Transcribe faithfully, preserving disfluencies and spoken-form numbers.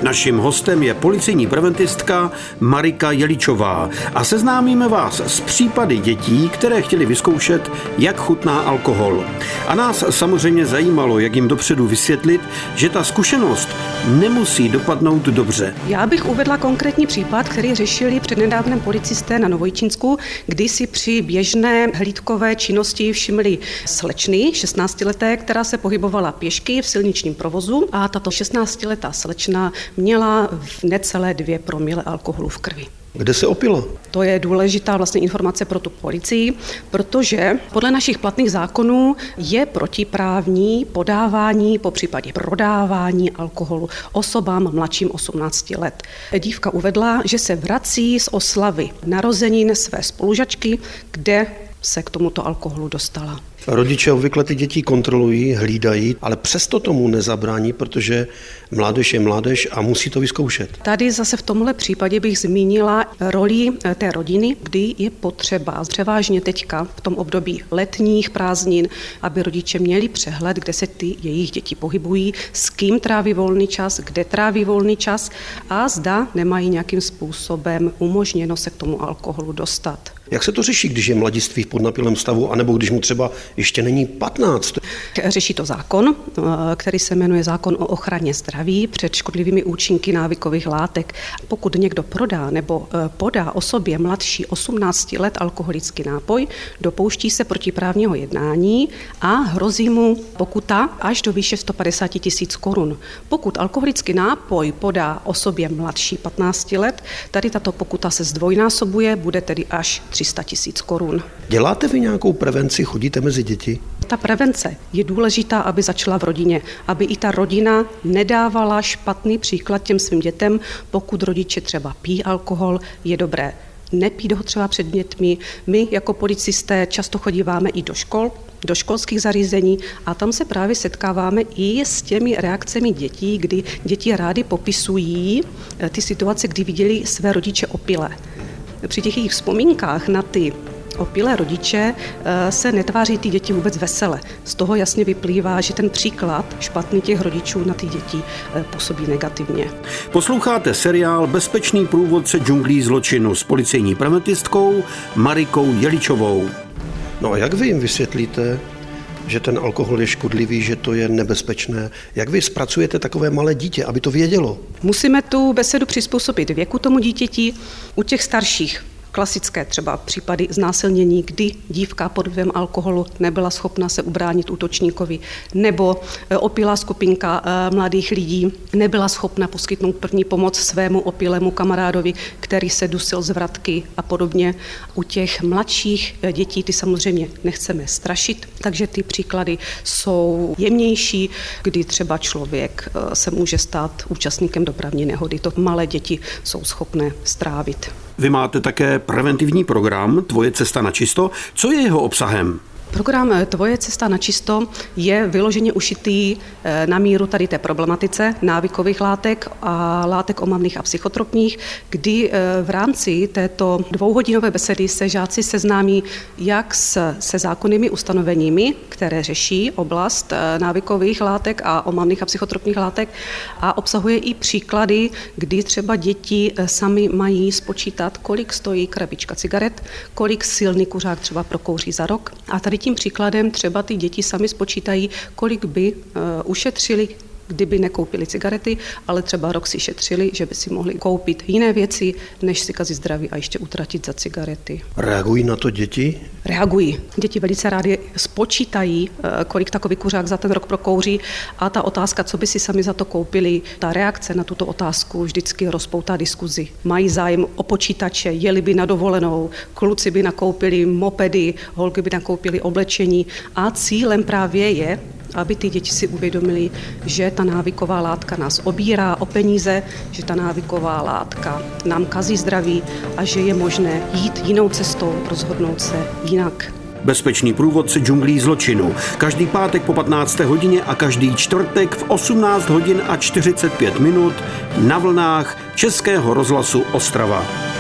Naším hostem je policejní preventistka Marika Jeličová a seznámíme vás s případy dětí, které chtěly vyzkoušet, jak chutná alkohol. A nás samozřejmě zajímalo, jak jim dopředu vysvětlit, že ta zkušenost nemusí dopadnout dobře. Já bych uvedla konkrétní případ, který řešili přednedávnem policisté na Novojčínsku, kdy si při běžné hlídkové činnosti všimli slečny, šestnáctileté, která se pohybovala pěšky v silničním provozu a tato šestnáctiletá slečna měla v necelé dvě promile alkoholu v krvi. Kde se opila? To je důležitá vlastně informace pro tu policii, protože podle našich platných zákonů je protiprávní podávání, popřípadě prodávání alkoholu osobám mladším osmnácti let. Dívka uvedla, že se vrací z oslavy narozenin své spolužačky, kde se k tomuto alkoholu dostala. Rodiče obvykle ty děti kontrolují, hlídají, ale přesto tomu nezabrání, protože mládež je mládež a musí to vyzkoušet. Tady zase v tomhle případě bych zmínila roli té rodiny, kdy je potřeba, převážně teďka v tom období letních prázdnin, aby rodiče měli přehled, kde se ty jejich děti pohybují, s kým tráví volný čas, kde tráví volný čas a zda nemají nějakým způsobem umožněno se k tomu alkoholu dostat. Jak se to řeší, když je mladiství v podnapilém stavu, anebo když mu třeba ještě není patnáct? Řeší to zákon, který se jmenuje zákon o ochraně zdraví před škodlivými účinky návykových látek. Pokud někdo prodá nebo podá osobě mladší osmnácti let alkoholický nápoj, dopouští se protiprávního jednání a hrozí mu pokuta až do výše sto padesát tisíc korun. Pokud alkoholický nápoj podá osobě mladší patnácti let, tady tato pokuta se zdvojnásobuje, bude tedy až tři sta tisíc korun. Děláte vy nějakou prevenci, chodíte mezi děti? Ta prevence je důležitá, aby začala v rodině, aby i ta rodina nedávala špatný příklad těm svým dětem, pokud rodiče třeba pijí alkohol, je dobré nepít ho třeba před dětmi. My jako policisté často chodíváme i do škol, do školských zařízení a tam se právě setkáváme i s těmi reakcemi dětí, kdy děti rády popisují ty situace, kdy viděli své rodiče opilé. Při těch jejich vzpomínkách na ty opilé rodiče se netváří ty děti vůbec vesele. Z toho jasně vyplývá, že ten příklad špatný těch rodičů na ty děti působí negativně. Posloucháte seriál Bezpečný průvodce džunglí zločinu s policejní preventistkou Marikou Jeličovou. No a jak vy jim vysvětlíte, že ten alkohol je škodlivý, že to je nebezpečné? Jak vy zpracujete takové malé dítě, aby to vědělo? Musíme tu besedu přizpůsobit věku tomu dítěti. U těch starších klasické třeba případy znásilnění, kdy dívka pod vlivem alkoholu nebyla schopna se ubránit útočníkovi, nebo opilá skupinka mladých lidí nebyla schopna poskytnout první pomoc svému opilému kamarádovi, který se dusil z vratky a podobně. U těch mladších dětí ty samozřejmě nechceme strašit, takže ty příklady jsou jemnější, kdy třeba člověk se může stát účastníkem dopravní nehody. To malé děti jsou schopné strávit. Vy máte také preventivní program Tvoje cesta na čisto. Co je jeho obsahem? Program Tvoje cesta na čisto je vyloženě ušitý na míru tady té problematice návykových látek a látek omamných a psychotropních, kdy v rámci této dvouhodinové besedy se žáci seznámí jak s, se zákonnými ustanoveními, které řeší oblast návykových látek a omamných a psychotropních látek a obsahuje i příklady, kdy třeba děti sami mají spočítat, kolik stojí krabička cigaret, kolik silný kuřák třeba prokouří za rok a tady tím příkladem třeba ty děti sami spočítají, kolik by uh, ušetřili, kdyby nekoupili cigarety, ale třeba rok si šetřili, že by si mohli koupit jiné věci, než si kazit zdraví a ještě utratit za cigarety. Reagují na to děti? Reagují. Děti velice rádi spočítají, kolik takový kuřák za ten rok prokouří a ta otázka, co by si sami za to koupili, ta reakce na tuto otázku vždycky rozpoutá diskuzi. Mají zájem o počítače, jeli by na dovolenou, kluci by nakoupili mopedy, holky by nakoupili oblečení a cílem právě je, aby ty děti si uvědomili, že ta návyková látka nás obírá o peníze, že ta návyková látka nám kazí zdraví a že je možné jít jinou cestou, rozhodnout se jinak. Bezpečný průvodce džunglí zločinu. Každý pátek po patnácté hodině a každý čtvrtek v osmnáct hodin a čtyřicet pět minut na vlnách Českého rozhlasu Ostrava.